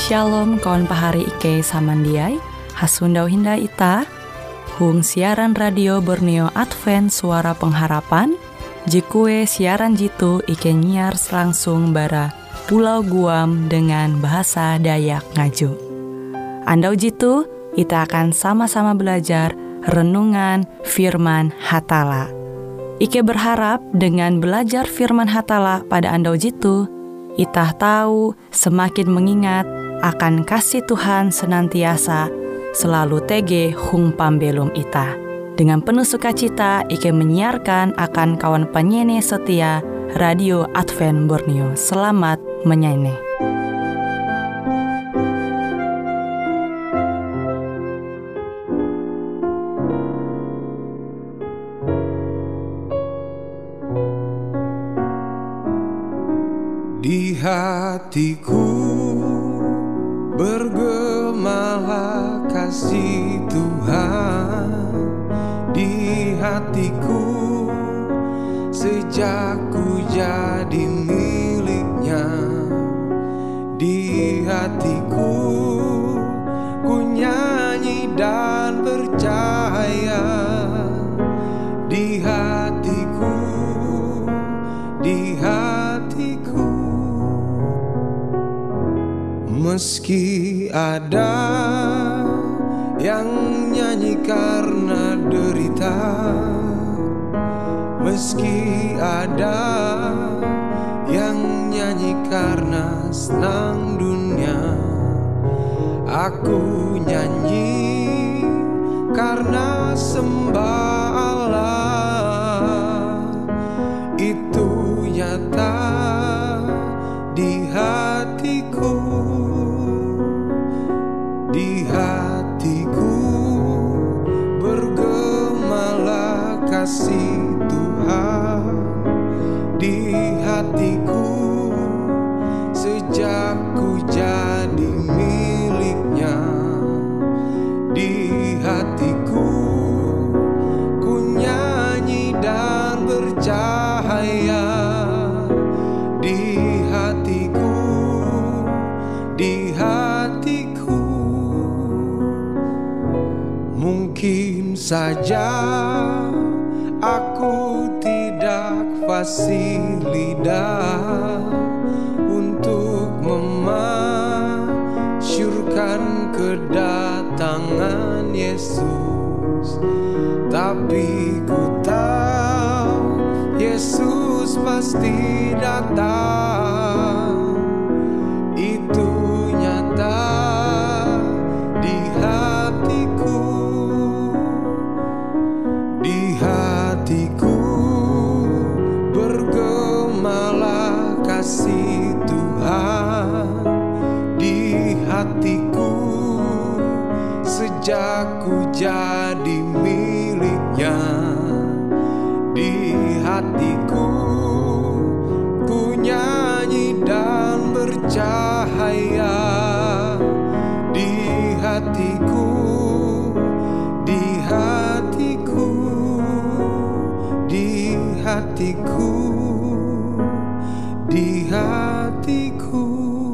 Shalom kawan pahari Ike samandiai, hasundau hinda ita, hung siaran radio Borneo Advent Suara Pengharapan, jikue siaran jitu Ike nyiar langsung bara Pulau Guam dengan bahasa Dayak Ngaju. Andau jitu, kita akan sama-sama belajar renungan firman Hatala. Ike berharap dengan belajar firman Hatala pada andau jitu, itah tahu semakin mengingat akan kasih Tuhan senantiasa selalu tege hung pambelum itah. Dengan penuh sukacita Ike menyiarkan akan kawan penyanyi setia Radio Advent Borneo. Selamat menyanyi. Di hatiku bergemalah kasih Tuhan, di hatiku sejak ku jadi miliknya, di hatiku ku nyanyi dan percaya, di hatiku, di hatiku. Meski ada yang nyanyi karena derita, meski ada yang nyanyi karena senang dunia, aku nyanyi karena sembah Allah. Itu nyata di hatiku, di hatiku bergemalah kasih Tuhan, di hatiku sejak ku jadi miliknya, di hatiku ku nyanyi dan bercahaya, di hatiku, di hatiku. Mungkin saja aku tidak fasih lidah untuk memasyurkan kedatangan Yesus, tapi ku tahu Yesus pasti datang. Itu nyata di hatiku, di hatiku bergemalah kasih Tuhan, di hatiku sejak ku jadi miliknya, di hatiku ku nyanyi dan bercahaya, di hatiku, di hatiku, di hatiku, di hatiku.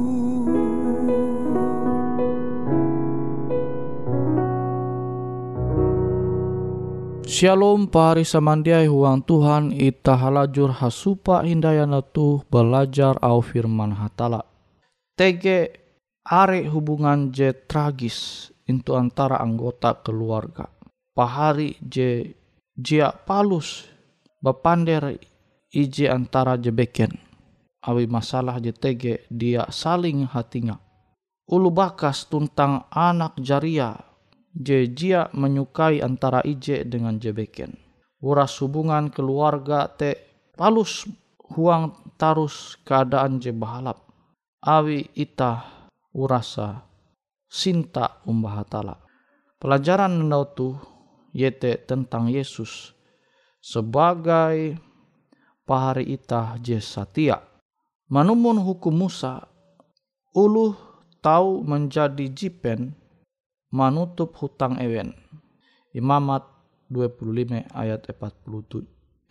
Shalom pari samandiai huang Tuhan, ita halajur hasupa hindayana tuh belajar au firman Hatala. Tege are hubungan je tragis itu antara anggota keluarga. Pahari je jia palus bapander ije antara je beken. Awi masalah je tege dia saling hatinga. Ulu bakas tuntang anak jaria je jia menyukai antara ije dengan je beken. Uras hubungan keluarga te palus huang tarus keadaan je bahalap. Awi ita urasa sinta umbah Hatala. Pelajaran nandau tu yete tentang Yesus sebagai pahari ita je satia. Manumun hukum Musa, uluh tahu menjadi jipen manutup hutang ewen. Imamat 25 ayat 47.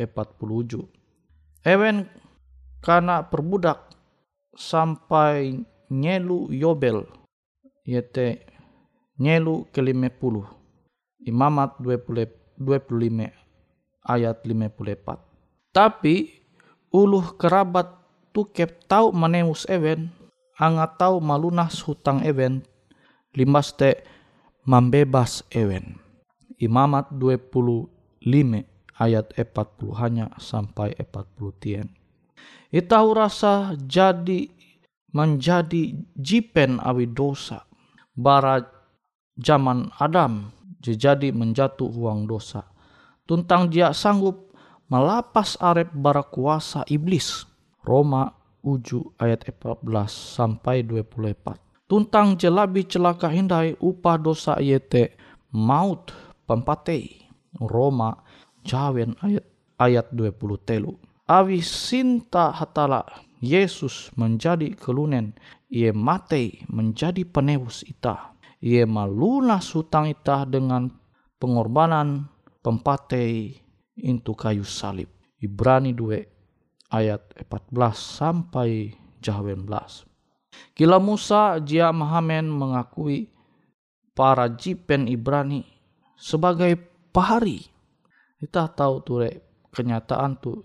Ewen kana perbudak sampai nyelu Yobel yaitu nyelu ke-50. Imamat 25 ayat 54. Tapi uluh kerabat tukep tau maneus ewen, anga tau malunas hutang ewen, limbas te membebas ewen. Imamat 25 ayat 40 hanya sampai 40. Ita rasa menjadi jipen awi dosa. Bara zaman Adam jadi menjatuh huang dosa. Tuntang dia sanggup melapas arep bara kuasa iblis. Roma 7 ayat 14 sampai 24. Tuntang jelabi celaka hindai upah dosa yete maut pempatei. Roma jawen ayat 20 telu. Awi sinta hatala Yesus menjadi kelunen, ia matei menjadi penebus ita. Ia malunas hutang ita dengan pengorbanan pempatei intu kayu salib. Ibrani 2 ayat 14 sampai 18. Kila Musa jia mahamen mengakui para jipen Ibrani sebagai pahari. Kita tahu ture kenyataan tu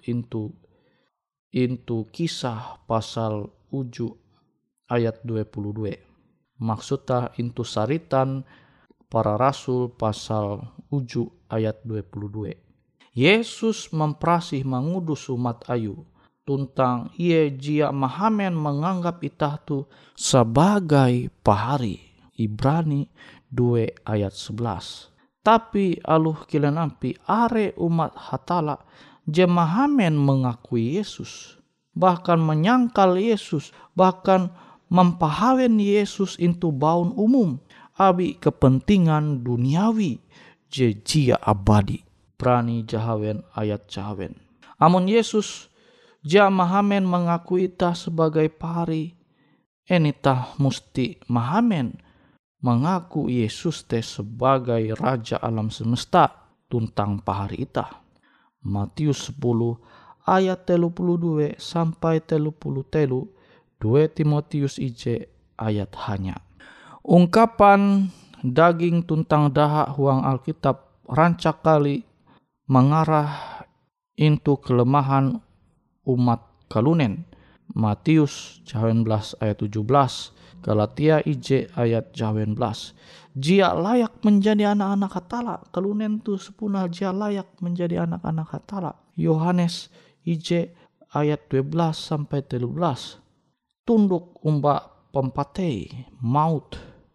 intu kisah pasal 7 ayat 22. Maksudnya intu saritan para rasul pasal 7 ayat 22. Yesus memprasih mengudus umat ayu. Tuntang ia jia mahamen menganggap itah tu sebagai pahari. Ibrani 2 ayat 11. Tapi aluh kilanampi are umat hatala jemahamen mengakui Yesus. Bahkan menyangkal Yesus. Bahkan mempahawen Yesus intu baun umum. Abi kepentingan duniawi jia abadi. Prani jahawen ayat jahawen. Amun Yesus jia mahamen mengakui itah sebagai pahari. Enitah musti mahamen mengaku Yesus te sebagai Raja alam semesta tuntang pahari itah. Matius 10 ayat 32 sampai 33. 2 Timotius IJ ayat hanya. Ungkapan daging tuntang dahak huang Alkitab rancak kali mengarah intu kelemahan umat kalunen. Matius 19 ayat 17, Galatia IJ ayat 19. Jia layak menjadi anak-anak hatala. Kalunen tu sepuna jia layak menjadi anak-anak hatala. Yohanes IJ ayat 12 sampai 13. Tunduk umba pempatei maut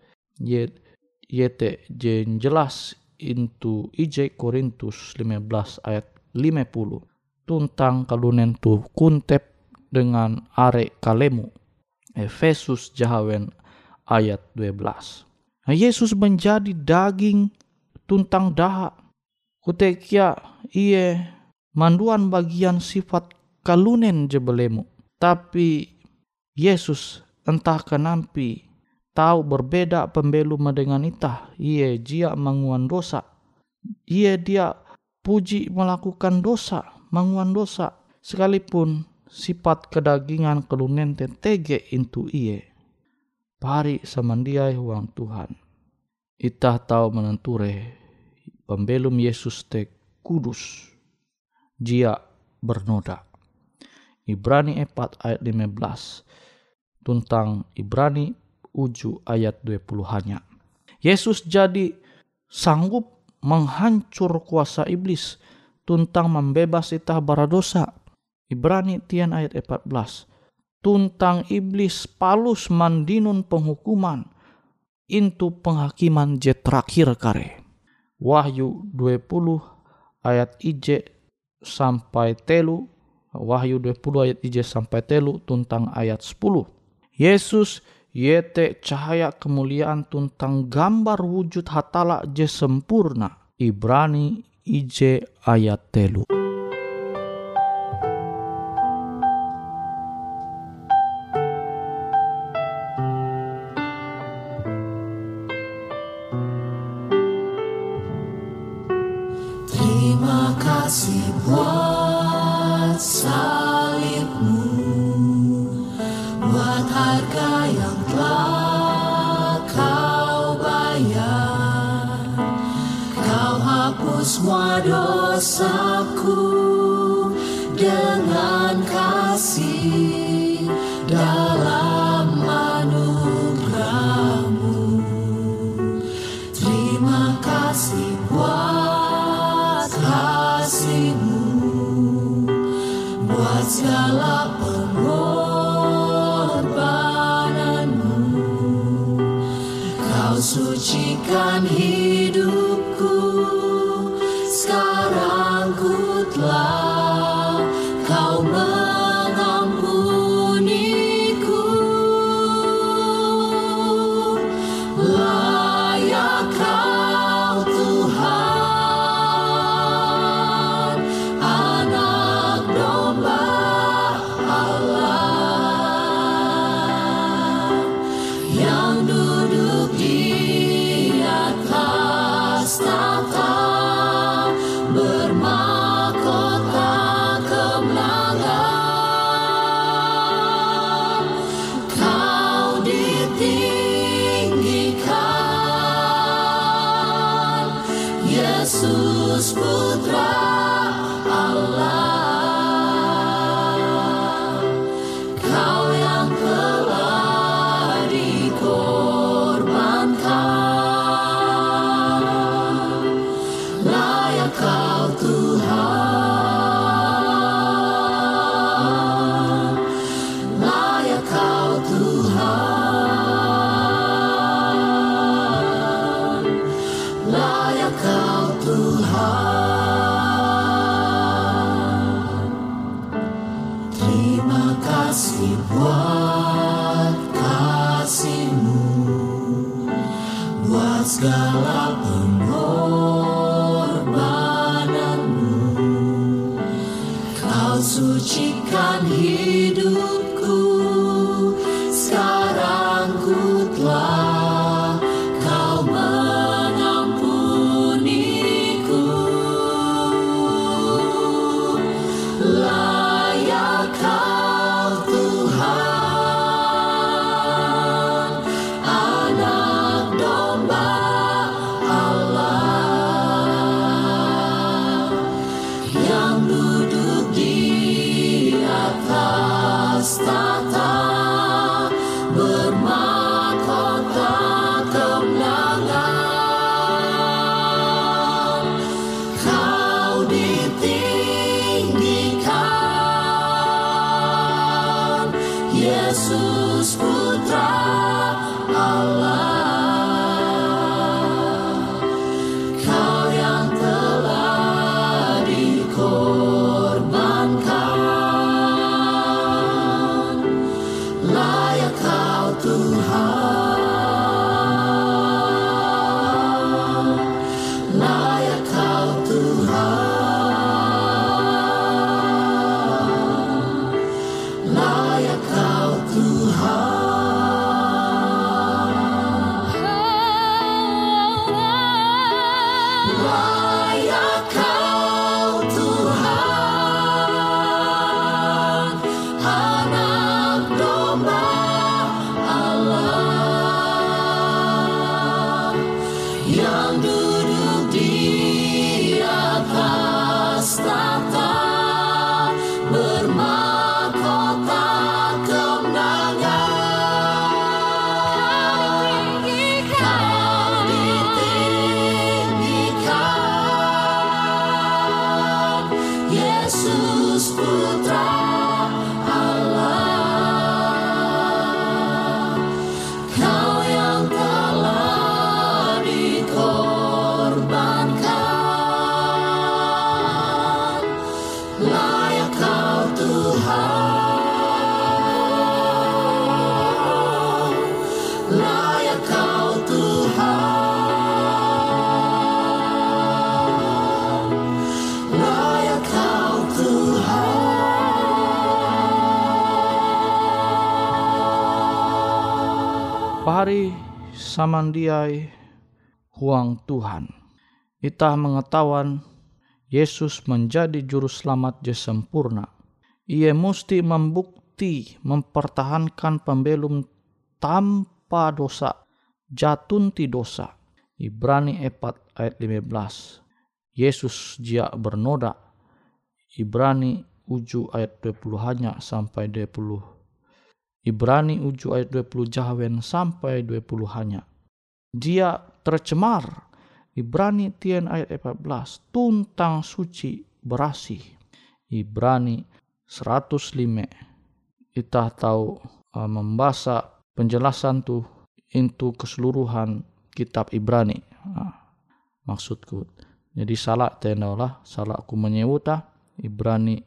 yete jen jelas intu IJ Korintus 15 ayat 50. Tuntang kalunen tu kuntep dengan are kalemu. Efesus jahawen ayat 12. Yesus menjadi daging tuntang dahak. Kutekia iye manduan bagian sifat kalunen jebelemu. Tapi Yesus entah kenampi tahu berbeda pembelu dengan itah. Ia jia menguan dosa. Ia dia puji melakukan dosa, menguan dosa. Sekalipun sifat kedagingan kelunen tege intu iye. Pari samandiai huang Tuhan. Itah tahu menenture pembelum Yesus te kudus. Jia bernoda. Ibrani 4 ayat 15. Tuntang Ibrani 7 ayat 20 hanya. Yesus jadi sanggup menghancur kuasa iblis. Tuntang membebas itah bara dosa. Ibrani 3 ayat 14. Tuntang iblis palus mandinun penghukuman. Intu penghakiman je terakhir kare. Wahyu 20 ayat IJ sampai telu. Wahyu 20 ayat IJ sampai telu tuntang ayat 10. Yesus yete cahaya kemuliaan tuntang gambar wujud hatala je sempurna. Ibrani IJ ayat telu. Terima kasih buat salibmu, buat harga yang telah kau dosa-dosaku dengan kasih dalam anugerah-Mu. Terima kasih buat kasih-Mu, buat segala pengorbanan-Mu. Kau sucikan hidupku, sekarang ku telah Kau mengampuniku. Layak Kau Tuhan, Anak Domba Allah, yang duduk di atas tahta, bermahkota kemenangan. Kau ditinggikan, Yesus Putra Allah. Kau yang telah dikorbankan. Layak Kau Tuhan, layak Kau Tuhan, layak Kau Tuhan. Terima kasih buat kasih-Mu, buat segala pengorbanan-Mu. Kau sucikan hidupku, sekarang ku telah Kau mengampuniku. Layak Kau Tuhan, Anak Domba Allah, yang duduk di atas tahta, bermahkota kemenangan. Kau ditinggikan, Yesus Putra Allah. Kau yang telah dikorbankan. Layak Kau Tuhan, layak Kau Tuhan, layak Kau Tuhan. Layak Kau Tuhan, Anak Domba Allah, yang duduk di atas tahta, bermahkota kemenangan. Kau ditinggikan, Yesus Putra Allah. Kau yang telah dikorbankan. Layak Kau Tuhan, layak Kau Tuhan, layak Kau Tuhan. Pahari samandiai huang Tuhan. Itah mengetahuan Yesus menjadi juru selamat je sempurna. Ia mesti membukti mempertahankan pembelum tanpa dosa, jatun ti dosa. Ibrani 4 ayat 15. Yesus jia bernoda. Ibrani 7 ayat 20 hanya sampai 20. Ibrani 7 ayat 20 jawen sampai 20 hanya. Dia tercemar. Ibrani 10 ayat 14 tuntang suci berasih. Ibrani 105 kita tahu membaca penjelasan tuh into keseluruhan kitab Ibrani. Maksudku jadi salah tenaulah salah aku menyebutah Ibrani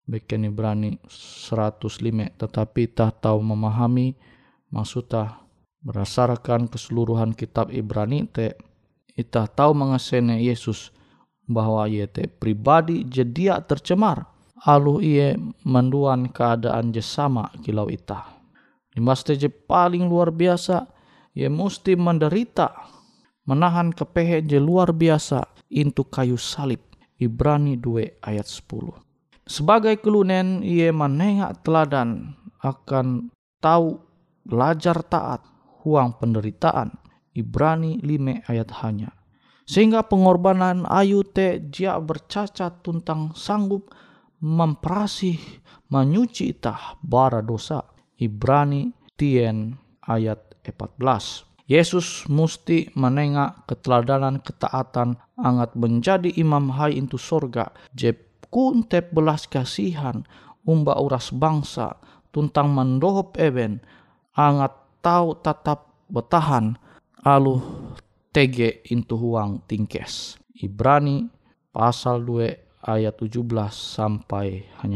105 tetapi tak tahu memahami maksudnya berdasarkan keseluruhan kitab Ibrani kita tahu mengasene Yesus bahwa ia pribadi jadi tercemar alu ia menduan keadaan jesama kilau ita. Dimaste je paling luar biasa ia mesti menderita menahan kepehe je luar biasa into kayu salib. Ibrani 2 ayat 10. Sebagai kelunen ia menengak teladan akan tahu belajar taat huang penderitaan. Ibrani 5 ayat hanya. Sehingga pengorbanan ayu dia bercacat tuntang sanggup memperasih menyuci itah bara dosa. Ibrani 10 ayat 14. Yesus musti menengak keteladanan ketaatan angat menjadi imam hai into sorga je kuntep belas kasihan umba uras bangsa tuntang mendohop eben angat tahu tetap betahan aluh tege into huang tingkes. Ibrani pasal 2 ayat 17 sampai 11.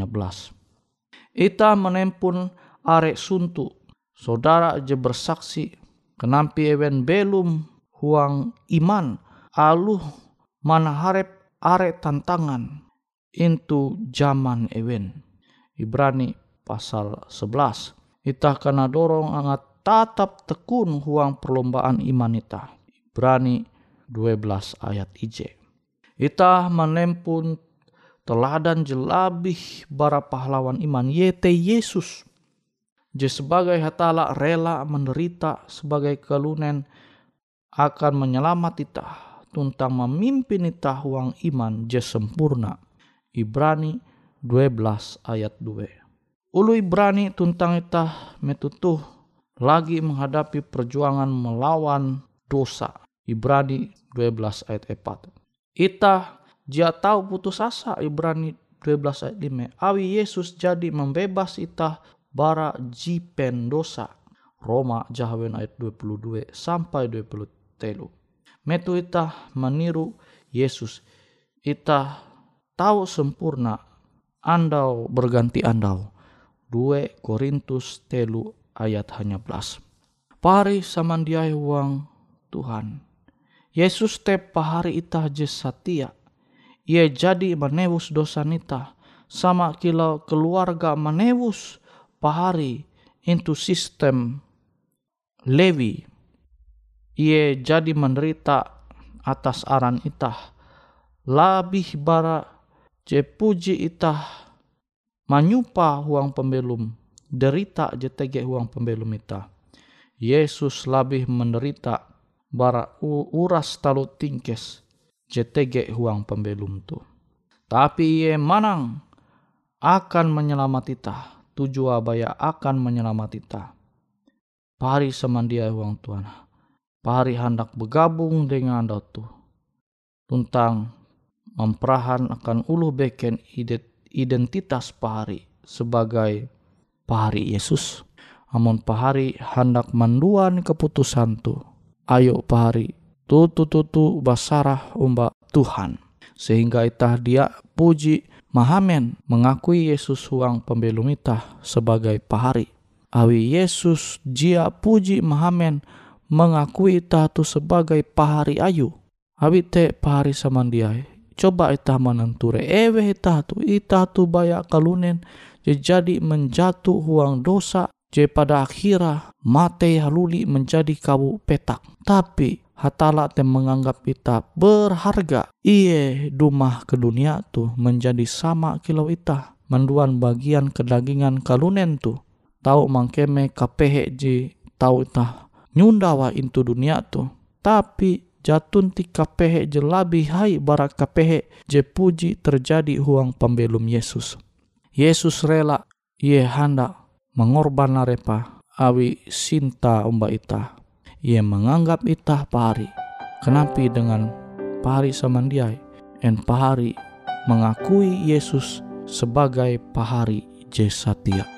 Ita menempun arek suntu saudara je bersaksi kenampi ewen belum huang iman aluh mana harap arek tantangan into zaman ewen. Ibrani pasal 11. Itah kena dorong angat tatap tekun huang perlombaan iman itah. Ibrani 12 ayat ije. Itah menempun teladan jelabih bara pahlawan iman yete Yesus. Je sebagai hatala rela menderita sebagai kelunen akan menyelamat itah tuntang memimpin itah huang iman je sempurna. Ibrani 12 ayat 2. Ulu Ibrani tuntang itah metutuh lagi menghadapi perjuangan melawan dosa. Ibrani 12 ayat 4. Itah dia tahu putus asa. Ibrani 12 ayat 5. Awi Yesus jadi membebas itah bara jipen dosa. Roma jahawen ayat 22 sampai 23. Metu itah meniru Yesus. Itah tahu sempurna andau berganti andau. 2 Korintus 3 ayat 11. Pari samandiai huang Tuhan. Yesus te pahari itah je satia. Ia jadi menewus dosa nita sama kilau keluarga menewus pahari into sistem Lewi. Ia jadi menderita atas aran itah. Labih bara je puji itah manyupa huang pembelum. Derita je tege huang pembelum itah. Yesus labih menderita bara uras talu tingkes je tege huang pembelum tu. Tapi ia manang akan menyelamat itah. Tuju abaya akan menyelamat itah. Pari samandia huang Tuhan. Pari hendak bergabung dengan anda tu. Tuntang memperahan akan ulu beken identitas pahari sebagai pahari Yesus. Amun pahari hendak menduan keputusan tu. Ayo pahari tutu basarah umba Tuhan. Sehingga itah dia puji mahamen mengakui Yesus huang pembelum itah sebagai pahari. Awi Yesus jia puji mahamen mengakui itah tu sebagai pahari ayu. Awi te pahari samandiai. Coba itah menenture ewe itah tu bayak kalunen jadi menjatuh huang dosa je pada akhirah mate haluli menjadi kabu petak. Tapi hatala te menganggap ita berharga. Iye dumah ke dunia tu menjadi sama kilau ita. Menduan bagian kedagingan kalunen tu. Tahu mangkeme kapehe je tahu ita nyundawa into dunia tu. Tapi jatun ti kapehe je labih hai bara kapehe je puji terjadi huang pembelum Yesus. Yesus rela Ie handa mengorban narepa awi sinta umba ita. Ie menganggap ita pahari. Kenapi dengan pahari samandiai en pahari mengakui Yesus sebagai pahari je satia.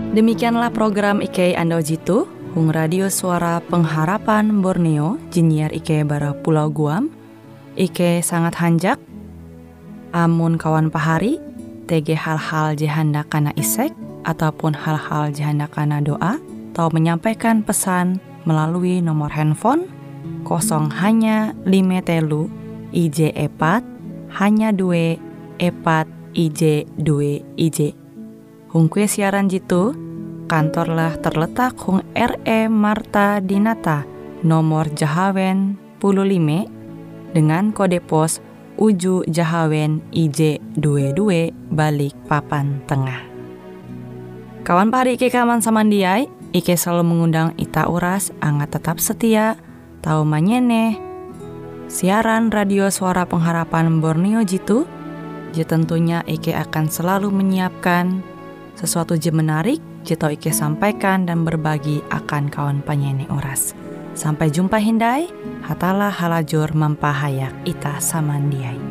Demikianlah program Ike Ando Jitu, Hung Radio Suara Pengharapan Borneo, Jinnyar Ike bara Pulau Guam. Ike sangat hanjak, amun kawan pahari, TG hal-hal jihanda kana isek, ataupun hal-hal jihanda kana doa, atau menyampaikan pesan melalui nomor handphone 0 hanya 5 telu IJ 4 hanya 2 4 IJ 2 IJ. Hung kue siaran jitu, kantorlah terletak Hung RE Marta Dinata, nomor Jahawen 15, dengan kode pos Uju Jahawen IJ 22 balik Papan Tengah. Kawan pahari Ike kaman samandiai, Ike selalu mengundang ita uras, angga tetap setia, tau manyene, siaran radio Suara Pengharapan Borneo jitu, tentunya Ike akan selalu menyiapkan sesuatu je menarik, jito Ike sampaikan dan berbagi akan kawan penyanyi oras. Sampai jumpa hindai, hatalah halajur mampahayak ita samandiai.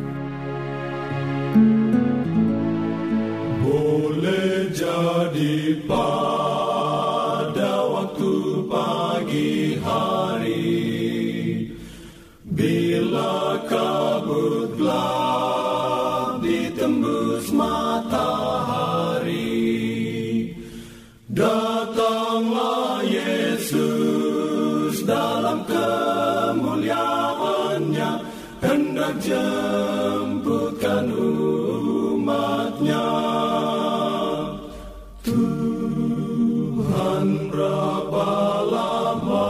Boleh jadi pada waktu pagi hari, bila kabut gelap ditembus matahari, datanglah Yesus dalam kemuliaannya, hendak jemputkan umatnya. Tuhan berapa lama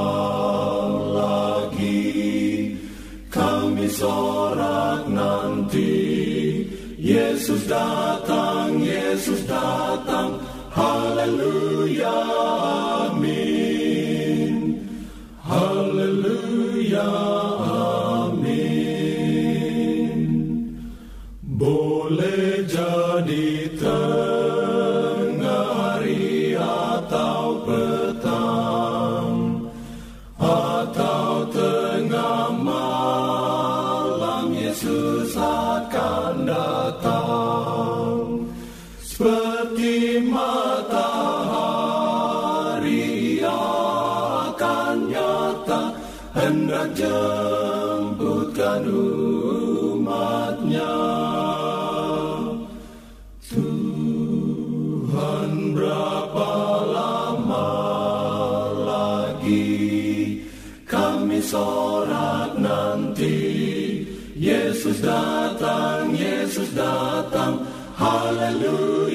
lagi kami sorak nanti, Yesus datang, Yesus datang. Haleluya, amin. Haleluya, amin. Boleh jadi tengah hari atau petang, atau tengah malam, Yesus akan datang. Seperti matahari ia akan nyata, hendak jemputkan umatnya. Tuhan berapa lama lagi kami sorak nanti, Yesus datang, Yesus datang. Haleluya.